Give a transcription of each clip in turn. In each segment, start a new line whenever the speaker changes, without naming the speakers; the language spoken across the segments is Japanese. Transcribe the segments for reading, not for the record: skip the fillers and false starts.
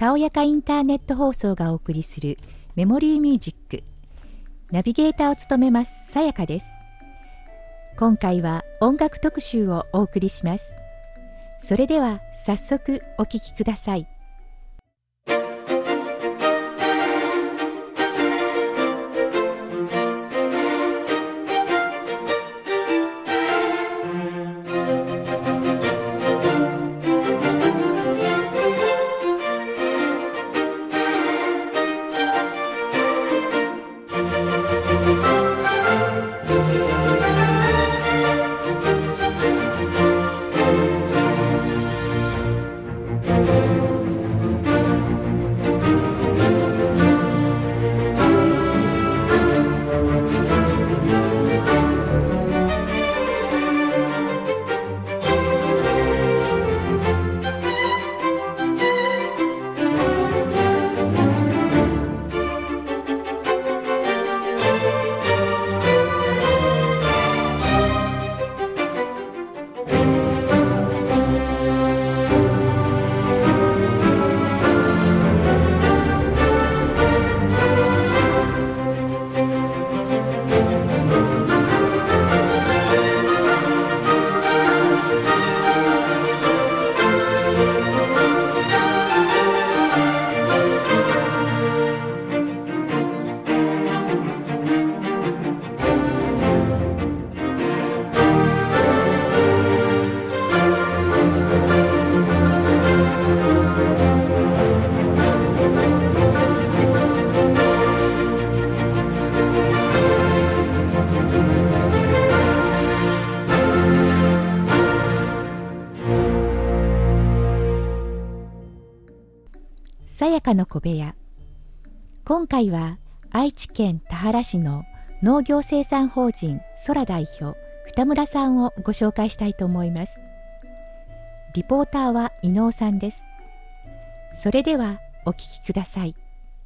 たおやかインターネット放送がお送りするメモリーミュージック。ナビゲーターを務めますさやかです。今回は音楽特集をお送りします。それでは早速お聴きください。さやかの小部屋。今回は愛知県田原市の農業生産法人空代表二村さんをご紹介したいと思います。リポーターは伊能さんです。それではお聞きください。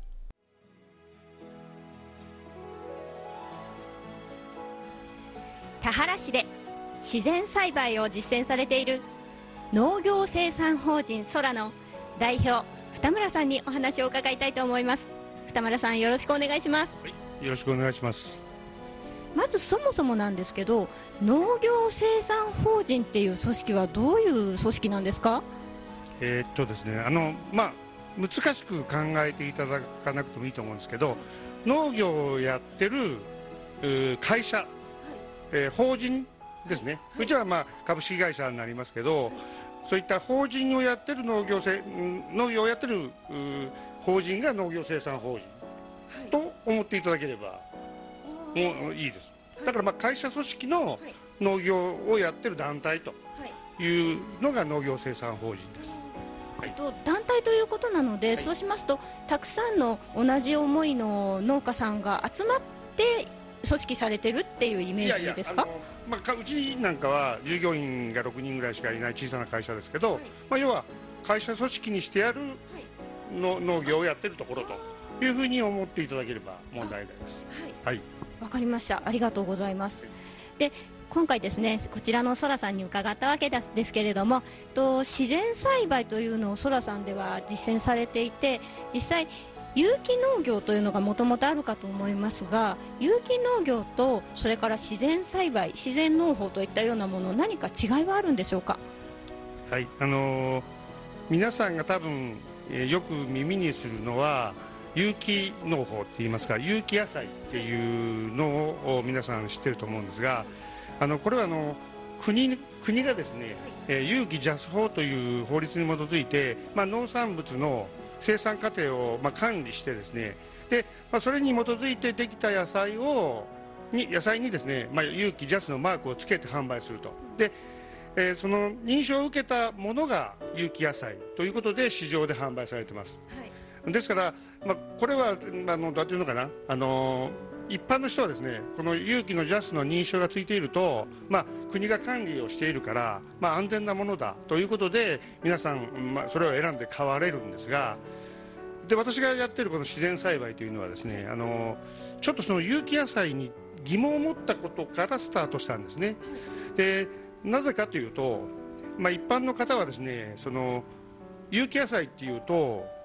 田原市で自然栽培を実践されている農業生産法人空の代表二村さんにお話を伺いたいと思います。二村さん、よろしくお願いします。
はい、よろしくお願いします。
まずそもそもなんですけど、農業生産法人っていう組織はどういう組織なんですか？
ですね、難しく考えていただかなくてもいいと思うんですけど、農業をやってる会社、法人ですね、うちは株式会社になりますけど、そういった法人をやってる農業をやってる法人が農業生産法人と思っていただければもういいです。だから会社組織の農業をやってる団体というのが農業生産法人です。
団体ということなので、そうしますとたくさんの同じ思いの農家さんが集まって組織されてるっていうイメージですか？
うちなんかは従業員が6人ぐらいしかいない小さな会社ですけど、要は会社組織にしてやる農業をやってるところというふうに思っていただければ問題ないです。はい、
わかりました。ありがとうございます。で、今回ですね、こちらの空さんに伺ったわけですけれども、自然栽培というのを空さんでは実践されていて、実際有機農業というのがもともとあるかと思いますが、有機農業とそれから自然栽培、自然農法といったようなもの、何か違いはあるんでしょうか？
はい、皆さんが多分よく耳にするのは有機農法って言いますか、有機野菜っていうのを皆さん知ってると思うんですが、これは国がですね、有機ジャス法という法律に基づいて、農産物の生産過程を管理してですね、で、それに基づいてできた野菜にですね、有機ジャスのマークをつけて販売すると。で、その認証を受けたものが有機野菜ということで市場で販売されています。ですから、これはどうやっていうのかな、一般の人はですね、この有機のジャスの認証がついていると、国が管理をしているから、安全なものだということで皆さん、それを選んで買われるんですが、で私がやっているこの自然栽培というのはですね、ちょっとその有機野菜に疑問を持ったことからスタートしたんですね。でなぜかというと、一般の方はですね、その有機野菜っていうと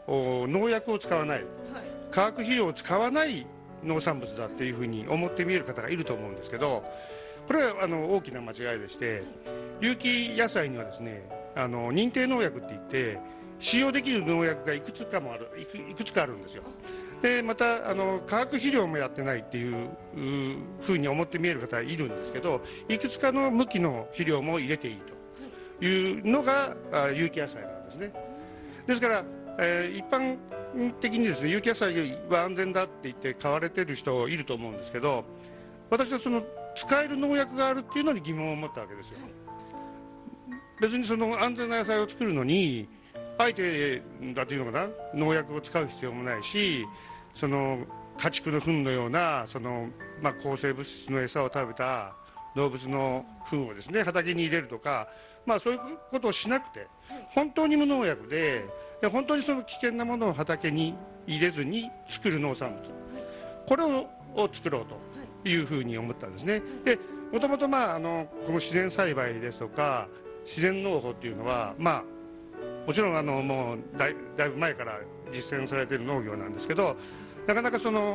農薬を使わない、化学肥料を使わない農産物だっていうふうに思って見える方がいると思うんですけど、これは大きな間違いでして、有機野菜にはですね、認定農薬っていって使用できる農薬がいくつかあるんですよ。でまた化学肥料もやってないっていうふうに思って見える方はいるんですけど、いくつかの無機の肥料も入れていいというのが有機野菜なんですね。ですから、一般的にですね、有機野菜は安全だって言って買われてる人いると思うんですけど、私はその使える農薬があるっていうのに疑問を持ったわけですよ。別にその安全な野菜を作るのにあえてだというのかな、農薬を使う必要もないし、その家畜の糞のような抗生物質の餌を食べた動物の糞をですね畑に入れるとか、そういうことをしなくて、本当に無農薬で本当にその危険なものを畑に入れずに作る農産物、これを作ろうというふうに思ったんですね。でもともとこの自然栽培ですとか自然農法っていうのはもちろんもうだいぶ前から実践されている農業なんですけど、なかなかその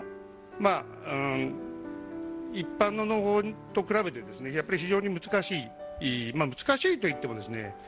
一般の農法と比べてですね、やっぱり非常に難しい、難しいといってもですね、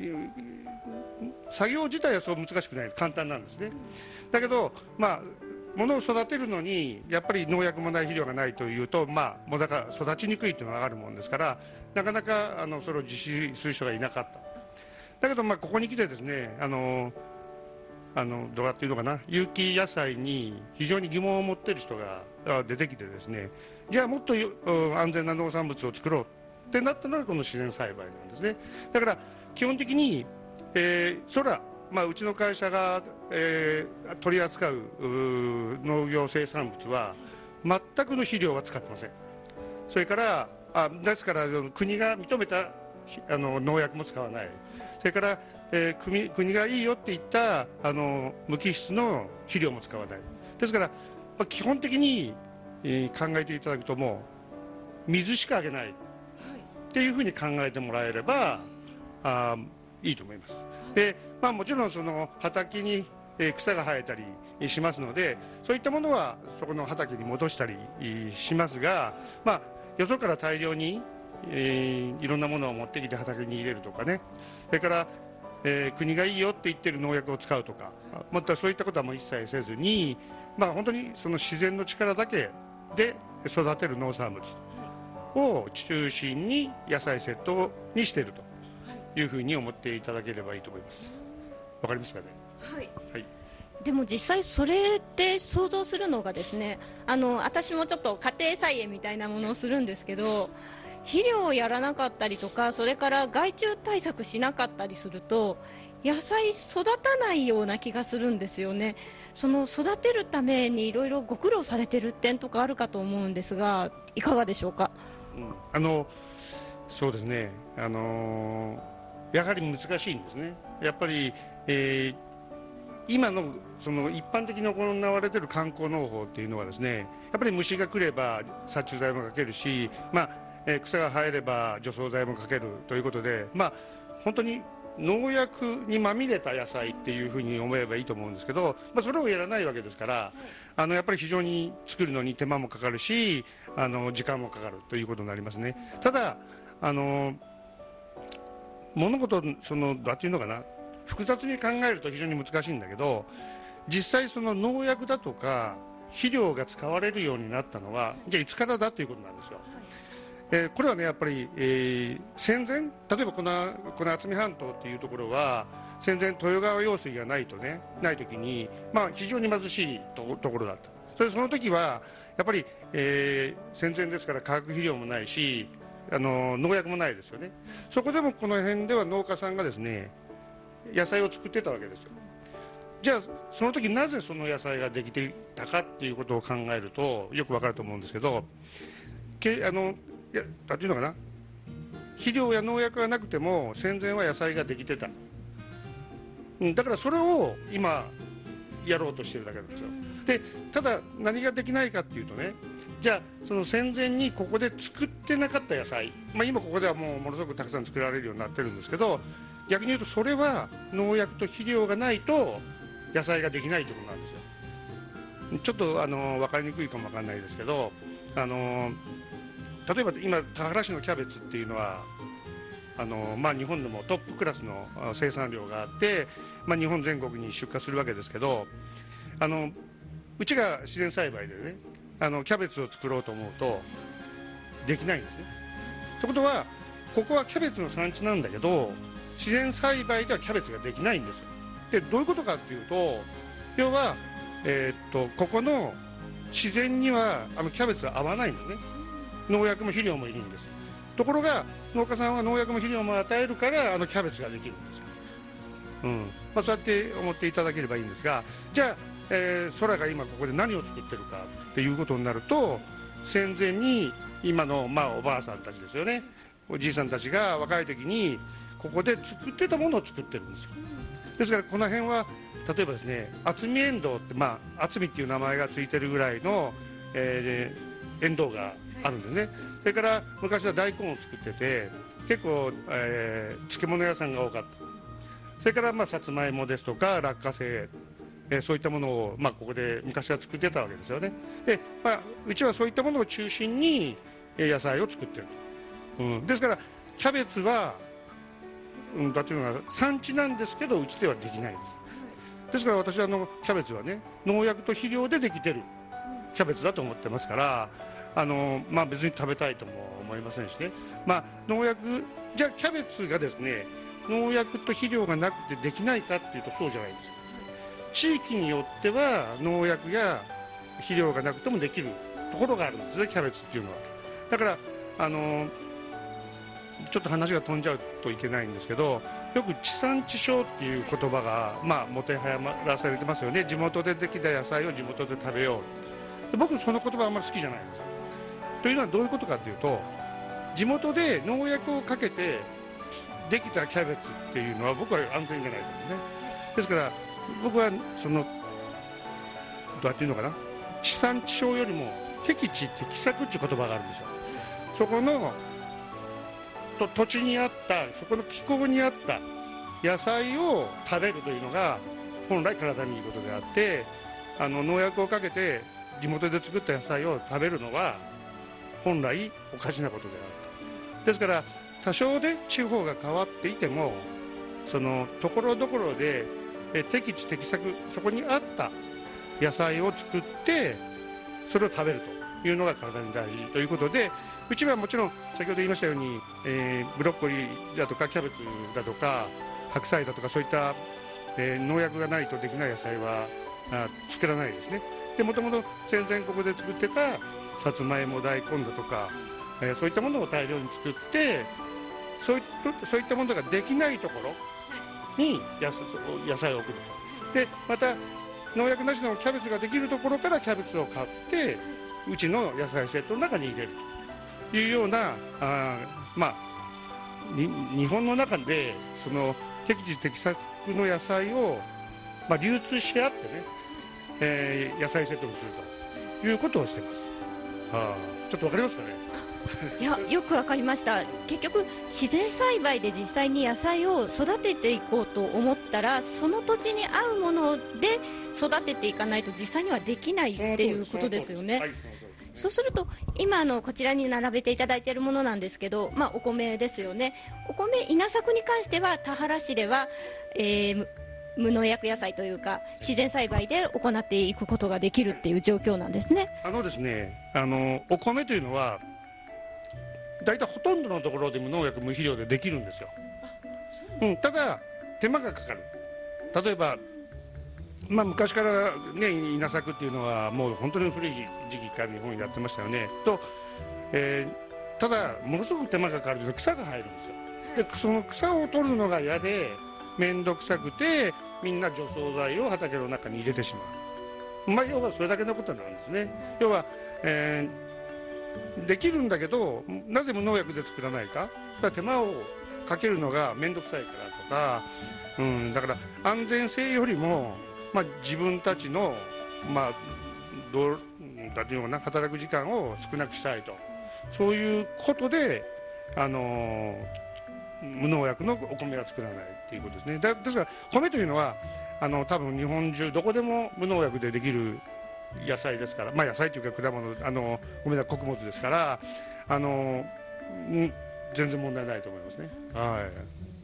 作業自体はそう難しくない、簡単なんですね。だけど物を育てるのにやっぱり農薬もない肥料がないというと、もうだから育ちにくいというのがあるもんですから、なかなかそれを実施する人がいなかった。だけどここに来てですね、どうやっていうのかな、有機野菜に非常に疑問を持っている人が出てきてですね、じゃあもっと安全な農産物を作ろうってなったのがこの自然栽培なんですね。だから基本的に、うちの会社が、取り扱う農業生産物は全くの肥料は使ってません。それからですから国が認めた農薬も使わない。それから、国がいいよって言った無機質の肥料も使わない。ですから、基本的に、考えていただくともう水しかあげないっていうふうに考えてもらえればいいと思います。で、もちろんその畑に草が生えたりしますので、そういったものはそこの畑に戻したりしますが、よそから大量にいろんなものを持ってきて畑に入れるとかね、それから、国がいいよって言ってる農薬を使うとか、またそういったことはもう一切せずに、本当にその自然の力だけで育てる農産物を中心に野菜セットにしているというふうに思っていただければいいと思います。わかりますかね。はい。
でも実際それで想像するのがですね、私もちょっと家庭菜園みたいなものをするんですけど、肥料をやらなかったりとか、それから害虫対策しなかったりすると野菜育たないような気がするんですよね。その育てるためにいろいろご苦労されている点とかあるかと思うんですが、いかがでしょうか。
そうですね、やはり難しいんですね。やっぱり、今のその一般的に行われている観光農法っていうのはですね、やっぱり虫が来れば殺虫剤もかけるし、草が生えれば除草剤もかけるということで、本当に農薬にまみれた野菜っていうふうに思えばいいと思うんですけど、それをやらないわけですから、やっぱり非常に作るのに手間もかかるし、時間もかかるということになりますね。ただ物事だっていうのかな、複雑に考えると非常に難しいんだけど、実際その農薬だとか肥料が使われるようになったのはじゃあいつからだということなんですよ。これはね、やっぱり、戦前、例えばこの渥美半島っていうところは戦前豊川用水がないとね、ない時に、非常に貧しいところだった。その時はやっぱり、戦前ですから化学肥料もないし農薬もないですよね。そこでもこの辺では農家さんがですね野菜を作ってたわけですよ。じゃあその時なぜその野菜ができていたかっていうことを考えるとよくわかると思うんですけど、なんていうのかな、肥料や農薬がなくても戦前は野菜ができてた。だからそれを今やろうとしてるだけなんですよ。でただ何ができないかっていうとね、じゃあその戦前にここで作ってなかった野菜、今ここではものすごくたくさん作られるようになってるんですけど、逆に言うとそれは農薬と肥料がないと野菜ができないということなんですよ。ちょっと分かりにくいかも分かんないですけど、例えば今田原市のキャベツっていうのは日本でもトップクラスの生産量があって、日本全国に出荷するわけですけど、うちが自然栽培でねキャベツを作ろうと思うとできないんですね。ということはここはキャベツの産地なんだけど自然栽培ではキャベツができないんですよ。でどういうことかっていうと、要は、ここの自然にはキャベツは合わないんですね。農薬も肥料もいるんです。ところが農家さんは農薬も肥料も与えるからキャベツができるんですよ。そうやって思っていただければいいんですが、じゃあ、空が今ここで何を作ってるかっていうことになると、戦前に今の、おばあさんたちですよね、おじいさんたちが若い時にここで作ってたものを作ってるんですよ。ですからこの辺は例えばですね、渥美エンドウって、渥美っていう名前がついてるぐらいの、エンドウがあるんですね。それから昔は大根を作ってて結構、漬物屋さんが多かった。それからさつまいもですとか落花生、そういったものを、ここで昔は作ってたわけですよね。で、うちはそういったものを中心に野菜を作ってると、ですからキャベツは、だというのは産地なんですけどうちではできないんです。ですから私はキャベツはね農薬と肥料でできてるキャベツだと思ってますから、別に食べたいとも思いませんしね。農薬じゃあキャベツがですね農薬と肥料がなくてできないかっていうとそうじゃないんですよ。地域によっては農薬や肥料がなくてもできるところがあるんですね、キャベツっていうのは。だからちょっと話が飛んじゃうといけないんですけど、よく地産地消っていう言葉が、もてはやらされてますよね。地元でできた野菜を地元で食べよう。で僕その言葉あんまり好きじゃないんですよ。というのはどういうことかというと、地元で農薬をかけてできたキャベツっていうのは僕は安全じゃないと思うね。ですから僕はどうやっていうのかな、地産地消よりも適地適作っていう言葉があるんですよ。そこの土地にあったそこの気候にあった野菜を食べるというのが本来体にいいことであって、農薬をかけて地元で作った野菜を食べるのは本来おかしなことである。ですから多少で地方が変わっていてもそのところどころで適地適作そこにあった野菜を作ってそれを食べるというのが体に大事ということで、うちはもちろん先ほど言いましたように、ブロッコリーだとかキャベツだとか白菜だとかそういった、農薬がないとできない野菜は作らないですね。でもともと戦前ここで作ってたさつまいも大根だとか、そういったものを大量に作ってそういったものができないところに野菜を送ると。でまた農薬なしのキャベツができるところからキャベツを買ってうちの野菜セットの中に入れるというような日本の中でその適時適作の野菜を、流通し合ってね、野菜セットにするということをしています。ちょっとわかりますかね。
いや、よくわかりました。結局自然栽培で実際に野菜を育てていこうと思ったらその土地に合うもので育てていかないと実際にはできないっていうことですよね。そうすると今こちらに並べていただいているものなんですけど、お米ですよね。お米稲作に関しては田原市では、無農薬野菜というか自然栽培で行っていくことができるっていう状況なんですね。
ですね、お米というのは大体ほとんどのところで無農薬無肥料でできるんですよ。ただ手間がかかる。例えば、昔から、ね、稲作っていうのはもう本当に古い時期から日本にやってましたよねと、ただものすごく手間がかかると草が生えるんですよ。でその草を取るのが嫌で面倒くさくてみんな除草剤を畑の中に入れてしまう。要はそれだけのことなんですね。要は、できるんだけどなぜ無農薬で作らないか、手間をかけるのが面倒くさいからとか、だから安全性よりも、自分たちの、どうだというのかな、働く時間を少なくしたいと、そういうことで、 無農薬のお米は作らないっていうことですね。ですから米というのは多分日本中どこでも無農薬でできる野菜ですから、野菜というか果物米は穀物ですから全然問題ないと思いますね。はい。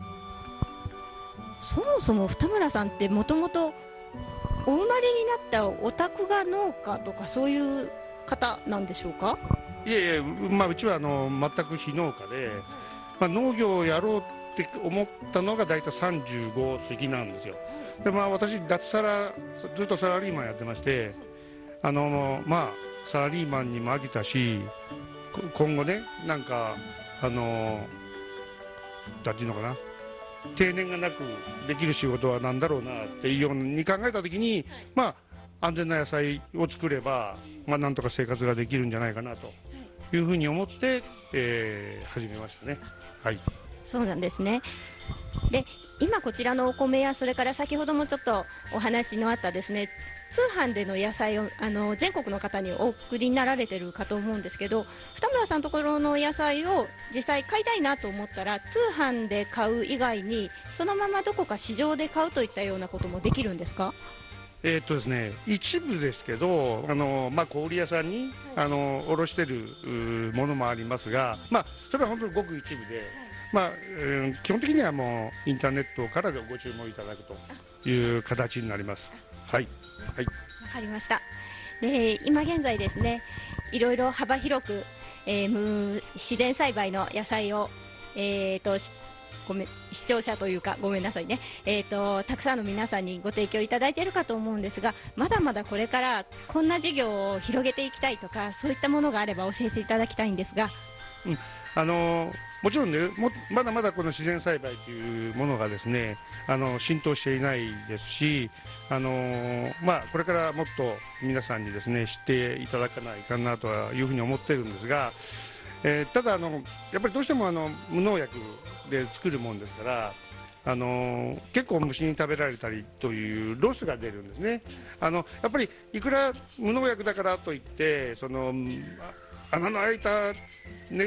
そもそも二村さんってもともとお生まれになったお宅が農家とかそういう方なんでしょうか？
いえいえ、うちは全く非農家で、農業をやろうって思ったのが大体35過ぎなんですよ。で私ずっとサラリーマンやってまして、サラリーマンにも飽きたし、今後ねなんかなんていうのかな、定年がなくできる仕事は何だろうなっていうように考えた時に、安全な野菜を作れば、なんとか生活ができるんじゃないかなというふうに思って、始めましたね。はい。
そうなんですね。で今こちらのお米や、それから先ほどもちょっとお話のあったですね、通販での野菜を全国の方にお送りになられてるかと思うんですけど、二村さんのところの野菜を実際買いたいなと思ったら、通販で買う以外にそのままどこか市場で買うといったようなこともできるんですか？
ですね、一部ですけど小売屋さんに、卸してるものもありますが、それは本当にごく一部で、基本的にはもうインターネットからでご注文いただくという形になります。はい。はい。わ
かりました。で今現在ですね、いろいろ幅広く、自然栽培の野菜を、視聴者というかごめんなさいね、たくさんの皆さんにご提供いただいているかと思うんですが、まだまだこれからこんな事業を広げていきたいとか、そういったものがあれば教えていただきたいんですが。
もちろんね、まだまだこの自然栽培というものがですね浸透していないですし、これからもっと皆さんにですね知っていただかないかなというふうに思っているんですが、ただやっぱりどうしても無農薬で作るもんですから、結構虫に食べられたりというロスが出るんですね。やっぱりいくら無農薬だからといって穴の開いた、ね、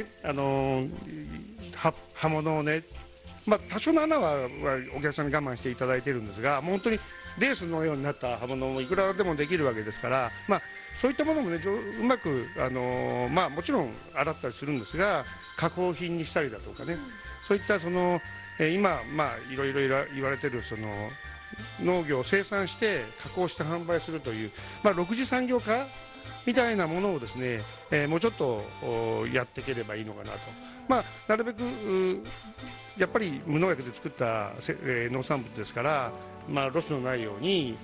葉物をね、多少の穴はお客さんに我慢していただいているんですが、もう本当にレースのようになった葉物もいくらでもできるわけですから、そういったものもねうまくもちろん洗ったりするんですが、加工品にしたりだとかね、そういった今いろいろ言われている農業を生産して加工して販売するという、6次産業化みたいなものをですね、もうちょっとやっていければいいのかなと。なるべくやっぱり無農薬で作った農産物ですから、ロスのないように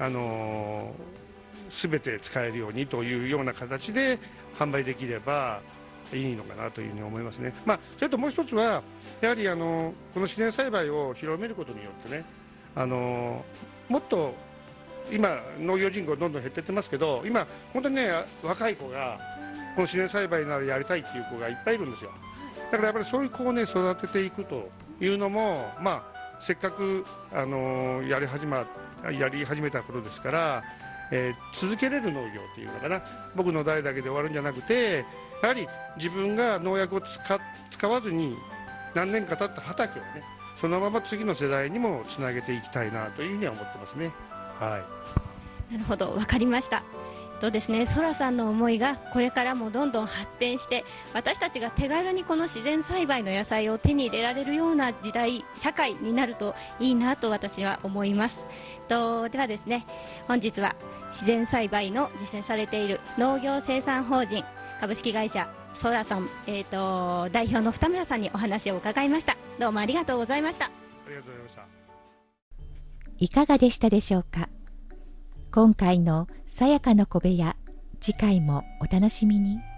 全て使えるようにというような形で販売できればいいのかなというふうに思いますね。それともう一つはやはりこの自然栽培を広めることによってね、もっと今農業人口どんどん減っていってますけど、今本当にね若い子がこの自然栽培ならやりたいっていう子がいっぱいいるんですよ。だからやっぱりそういう子をね育てていくというのもせっかくやり始めた頃ですから、続けれる農業っていうのかな、僕の代だけで終わるんじゃなくて、やはり自分が農薬を使わずに何年か経った畑をねそのまま次の世代にもつなげていきたいなというふうには思ってますね。はい。
なるほど、わかりました。ですね、ソラさんの思いがこれからもどんどん発展して、私たちが手軽にこの自然栽培の野菜を手に入れられるような時代社会になるといいなと私は思います。ではですね、本日は自然栽培の実践されている農業生産法人株式会社ソラさん、代表の二村さんにお話を伺いました。どうもありがとうございました。
ありがとうございました。
いかがでしたでしょうか。今回のさやかの小部屋、次回もお楽しみに。